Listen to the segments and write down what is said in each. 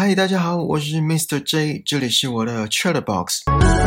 嗨，大家好，我是 Mr. J， 这里是我的 Chatterbox。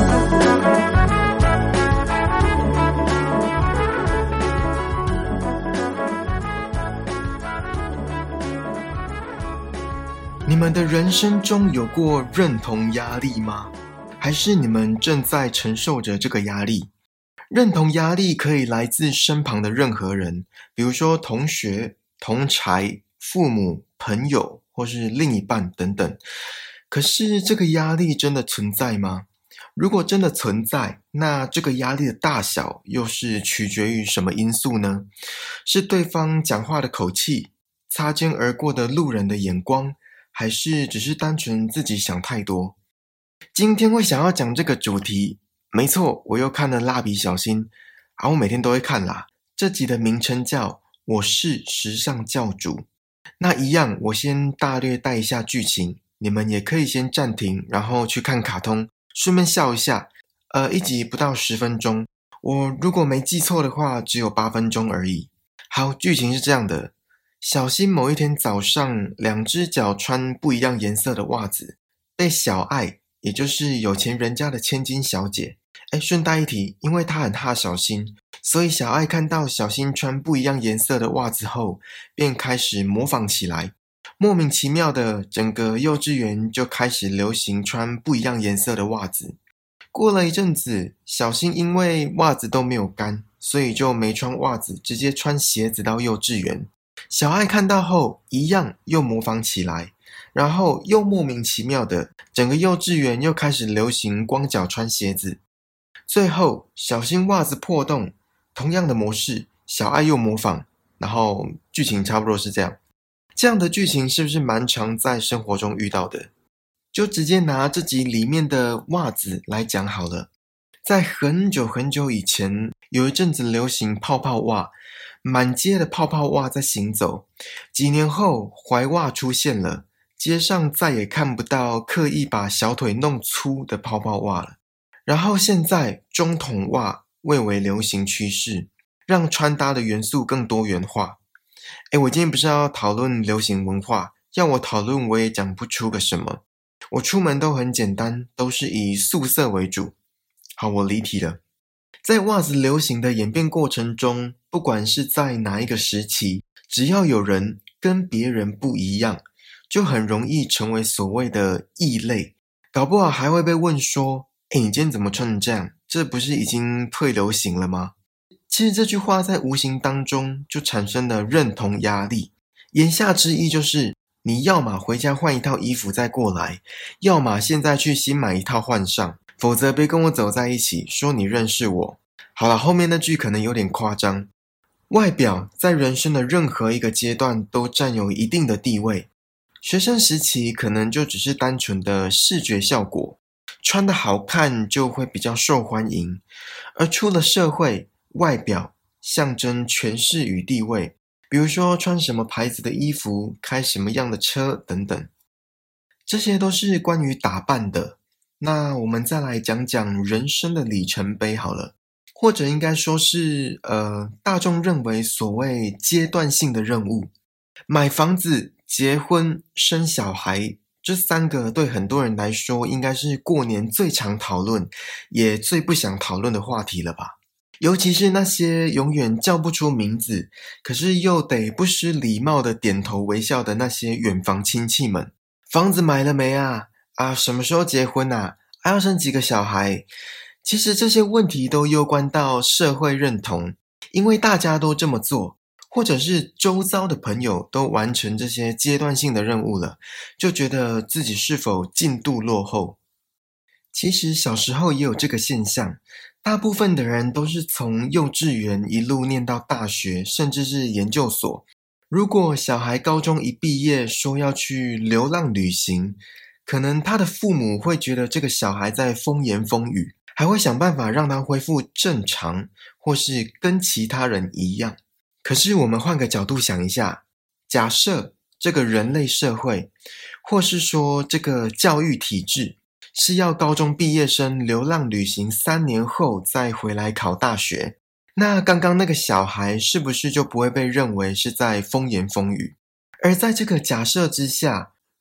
你们的人生中有过认同压力吗？还是你们正在承受着这个压力？认同压力可以来自身旁的任何人，比如说同学、同儕、父母、朋友或是另一半等等。可是这个压力真的存在吗？如果真的存在，那这个压力的大小又是取决于什么因素呢？是对方讲话的口气，擦肩而过的路人的眼光，还是只是单纯自己想太多？今天会想要讲这个主题，没错，我又看了蜡笔小新，我每天都会看啦。这集的名称叫我是时尚教主。那一样，我先大略带一下剧情，你们也可以先暂停，然后去看卡通，顺便笑一下。一集不到10分钟，我如果没记错的话，只有8分钟而已。好，剧情是这样的。小新某一天早上，2只脚穿不一样颜色的袜子，被小爱，也就是有钱人家的千金小姐。顺带一提，因为她很怕小新，所以小爱看到小新穿不一样颜色的袜子后，便开始模仿起来。莫名其妙的，整个幼稚园就开始流行穿不一样颜色的袜子。过了一阵子，小新因为袜子都没有干，所以就没穿袜子，直接穿鞋子到幼稚园。小爱看到后，一样又模仿起来，然后又莫名其妙的，整个幼稚园又开始流行光脚穿鞋子。最后，小新袜子破洞，同样的模式，小爱又模仿，然后剧情差不多是这样。这样的剧情是不是蛮常在生活中遇到的？就直接拿这集里面的袜子来讲好了。在很久很久以前，有一阵子流行泡泡袜，满街的泡泡袜在行走。几年后，踝袜出现了，街上再也看不到刻意把小腿弄粗的泡泡袜了。然后现在，中筒袜蔚为流行趋势，让穿搭的元素更多元化。我今天不是要讨论流行文化，要我讨论我也讲不出个什么。我出门都很简单，都是以素色为主。好，我离题了。在袜子流行的演变过程中，不管是在哪一个时期，只要有人跟别人不一样，就很容易成为所谓的异类，搞不好还会被问说，你今天怎么穿成这样？这不是已经退流行了吗？其实这句话在无形当中就产生了认同压力，言下之意就是你要么回家换一套衣服再过来，要么现在去新买一套换上，否则别跟我走在一起，说你认识我。好了，后面那句可能有点夸张。外表在人生的任何一个阶段都占有一定的地位。学生时期可能就只是单纯的视觉效果，穿得好看就会比较受欢迎。而出了社会，外表象征权势与地位，比如说穿什么牌子的衣服，开什么样的车等等。这些都是关于打扮的。那我们再来讲讲人生的里程碑好了，或者应该说是大众认为所谓阶段性的任务。买房子、结婚、生小孩，这3个对很多人来说应该是过年最常讨论，也最不想讨论的话题了吧。尤其是那些永远叫不出名字，可是又得不失礼貌的点头微笑的那些远房亲戚们。房子买了没啊？什么时候结婚啊？要生几个小孩？其实这些问题都攸关到社会认同，因为大家都这么做，或者是周遭的朋友都完成这些阶段性的任务了，就觉得自己是否进度落后。其实小时候也有这个现象，大部分的人都是从幼稚园一路念到大学，甚至是研究所。如果小孩高中一毕业说要去流浪旅行，可能他的父母会觉得这个小孩在风言风语，还会想办法让他恢复正常，或是跟其他人一样。可是我们换个角度想一下，假设这个人类社会，或是说这个教育体制，是要高中毕业生流浪旅行3年后再回来考大学，那刚刚那个小孩是不是就不会被认为是在风言风语？而在这个假设之下，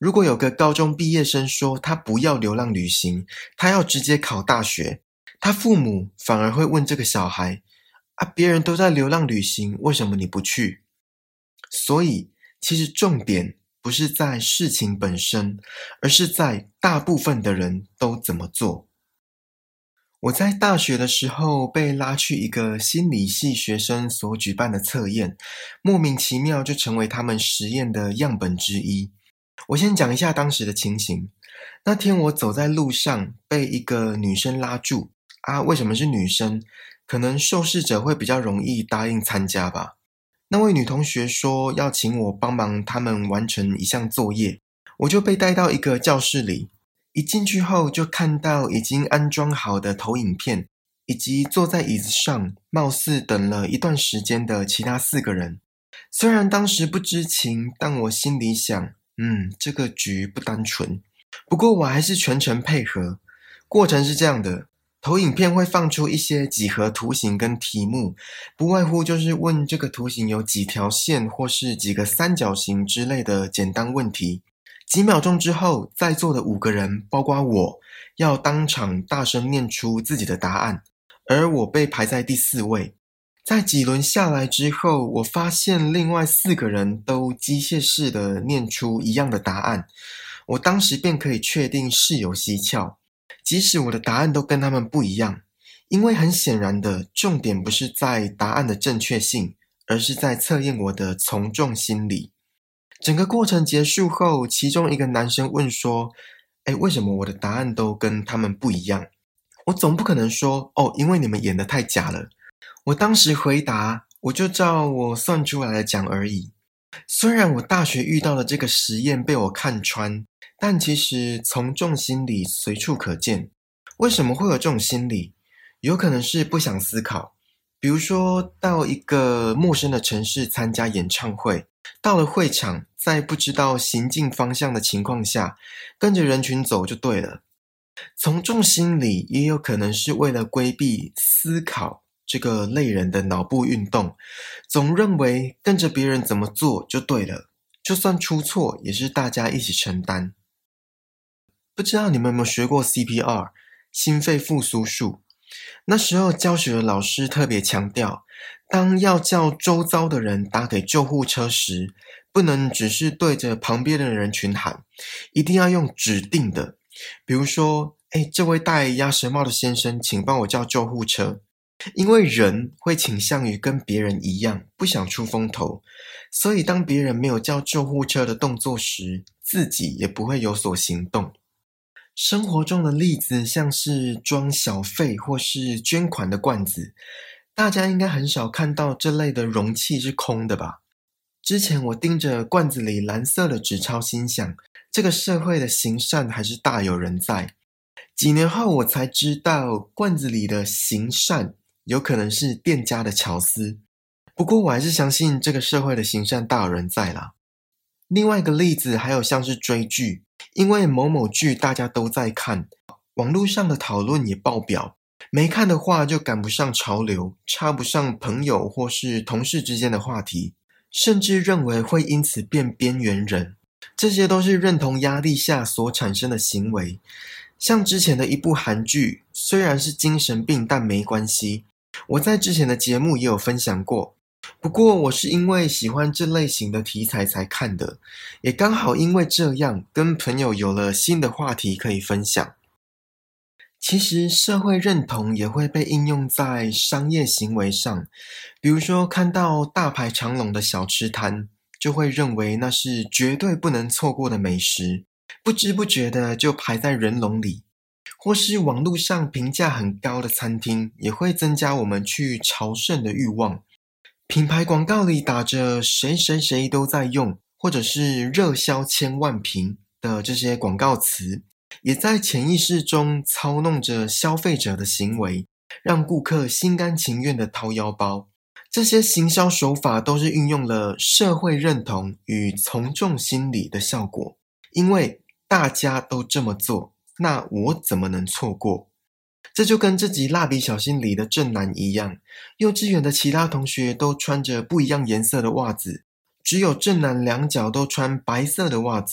如果有个高中毕业生说他不要流浪旅行，他要直接考大学，他父母反而会问这个小孩，别人都在流浪旅行，为什么你不去？所以，其实重点不是在事情本身，而是在大部分的人都怎么做。我在大学的时候被拉去一个心理系学生所举办的测验，莫名其妙就成为他们实验的样本之一。我先讲一下当时的情形。那天我走在路上，被一个女生拉住。为什么是女生？可能受试者会比较容易答应参加吧。那位女同学说要请我帮忙他们完成一项作业，我就被带到一个教室里。一进去后就看到已经安装好的投影片，以及坐在椅子上貌似等了一段时间的其他4个人。虽然当时不知情，但我心里想，这个局不单纯。不过我还是全程配合。过程是这样的，投影片会放出一些几何图形跟题目，不外乎就是问这个图形有几条线或是几个三角形之类的简单问题。几秒钟之后，在座的5个人，包括我，要当场大声念出自己的答案，而我被排在第4位。在几轮下来之后，我发现另外4个人都机械式的念出一样的答案，我当时便可以确定事有蹊跷，即使我的答案都跟他们不一样，因为很显然的，重点不是在答案的正确性，而是在测验我的从众心理。整个过程结束后，其中一个男生问说，为什么我的答案都跟他们不一样？我总不可能说，因为你们演得太假了。我当时回答，我就照我算出来的讲而已。虽然我大学遇到的这个实验被我看穿，但其实从众心理随处可见。为什么会有这种心理？有可能是不想思考。比如说到一个陌生的城市参加演唱会，到了会场，在不知道行进方向的情况下，跟着人群走就对了。从众心理也有可能是为了规避思考这个类人的脑部运动，总认为跟着别人怎么做就对了，就算出错也是大家一起承担。不知道你们有没有学过 CPR 心肺复苏术？那时候教学的老师特别强调，当要叫周遭的人打给救护车时，不能只是对着旁边的人群喊，一定要用指定的。比如说，这位戴鸭舌帽的先生，请帮我叫救护车。因为人会倾向于跟别人一样，不想出风头，所以当别人没有叫救护车的动作时，自己也不会有所行动。生活中的例子像是装小费或是捐款的罐子，大家应该很少看到这类的容器是空的吧？之前我盯着罐子里蓝色的纸钞，心想这个社会的行善还是大有人在。几年后我才知道，罐子里的行善有可能是店家的巧思。不过我还是相信这个社会的行善大有人在啦。另外一个例子还有像是追剧，因为某某剧大家都在看，网络上的讨论也爆表，没看的话就赶不上潮流，插不上朋友或是同事之间的话题，甚至认为会因此变边缘人。这些都是认同压力下所产生的行为。像之前的一部韩剧，虽然是精神病，但没关系，我在之前的节目也有分享过。不过我是因为喜欢这类型的题材才看的，也刚好因为这样跟朋友有了新的话题可以分享。其实社会认同也会被应用在商业行为上，比如说看到大排长龙的小吃摊，就会认为那是绝对不能错过的美食，不知不觉的就排在人龙里。或是网络上评价很高的餐厅，也会增加我们去朝圣的欲望。品牌广告里打着谁谁谁都在用，或者是热销千万瓶的这些广告词，也在潜意识中操弄着消费者的行为，让顾客心甘情愿地掏腰包。这些行销手法都是运用了社会认同与从众心理的效果，因为大家都这么做，那我怎么能错过？这就跟这集蜡笔小新里的正男一样，幼稚园的其他同学都穿着不一样颜色的袜子，只有正男两脚都穿白色的袜子，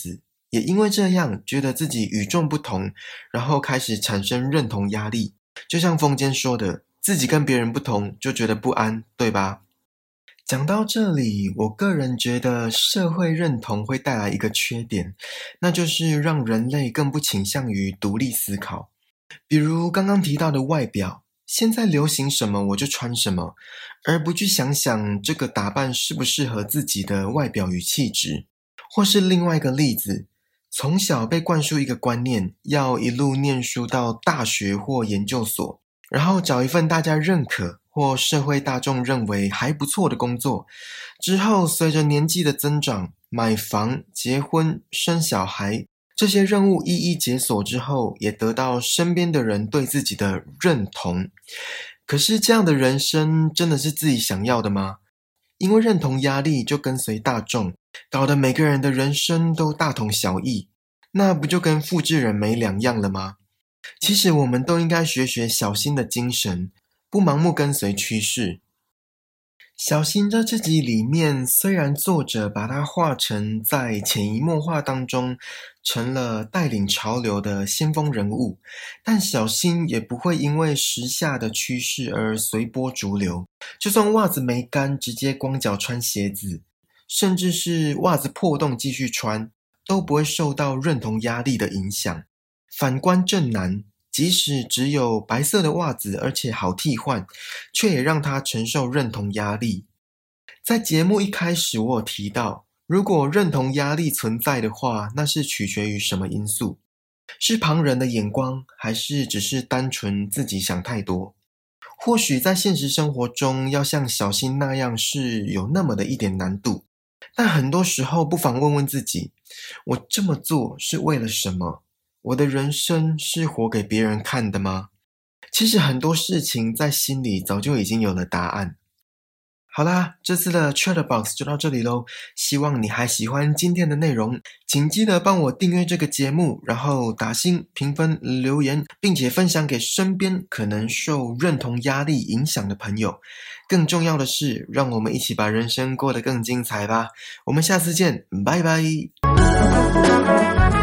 也因为这样觉得自己与众不同，然后开始产生认同压力。就像风间说的，自己跟别人不同就觉得不安，对吧？讲到这里，我个人觉得社会认同会带来一个缺点，那就是让人类更不倾向于独立思考。比如刚刚提到的外表，现在流行什么我就穿什么，而不去想想这个打扮适不适合自己的外表与气质。或是另外一个例子，从小被灌输一个观念，要一路念书到大学或研究所，然后找一份大家认可或社会大众认为还不错的工作，之后随着年纪的增长，买房、结婚、生小孩，这些任务一一解锁之后，也得到身边的人对自己的认同。可是这样的人生真的是自己想要的吗？因为认同压力就跟随大众，搞得每个人的人生都大同小异，那不就跟复制人没两样了吗？其实我们都应该学学小新的精神，不盲目跟随趋势。小新在这集里面，虽然作者把它画成在潜移默化当中成了带领潮流的先锋人物，但小新也不会因为时下的趋势而随波逐流。就算袜子没干，直接光脚穿鞋子，甚至是袜子破洞继续穿，都不会受到认同压力的影响。反观正男，即使只有白色的袜子，而且好替换，却也让他承受认同压力。在节目一开始我有提到，如果认同压力存在的话，那是取决于什么因素？是旁人的眼光，还是只是单纯自己想太多？或许在现实生活中，要像小新那样是有那么的一点难度，但很多时候不妨问问自己，我这么做是为了什么？我的人生是活给别人看的吗？其实很多事情在心里早就已经有了答案。好啦，这次的 Chatterbox 就到这里咯，希望你还喜欢今天的内容，请记得帮我订阅这个节目，然后打星、评分、留言，并且分享给身边可能受认同压力影响的朋友。更重要的是，让我们一起把人生过得更精彩吧。我们下次见，拜拜。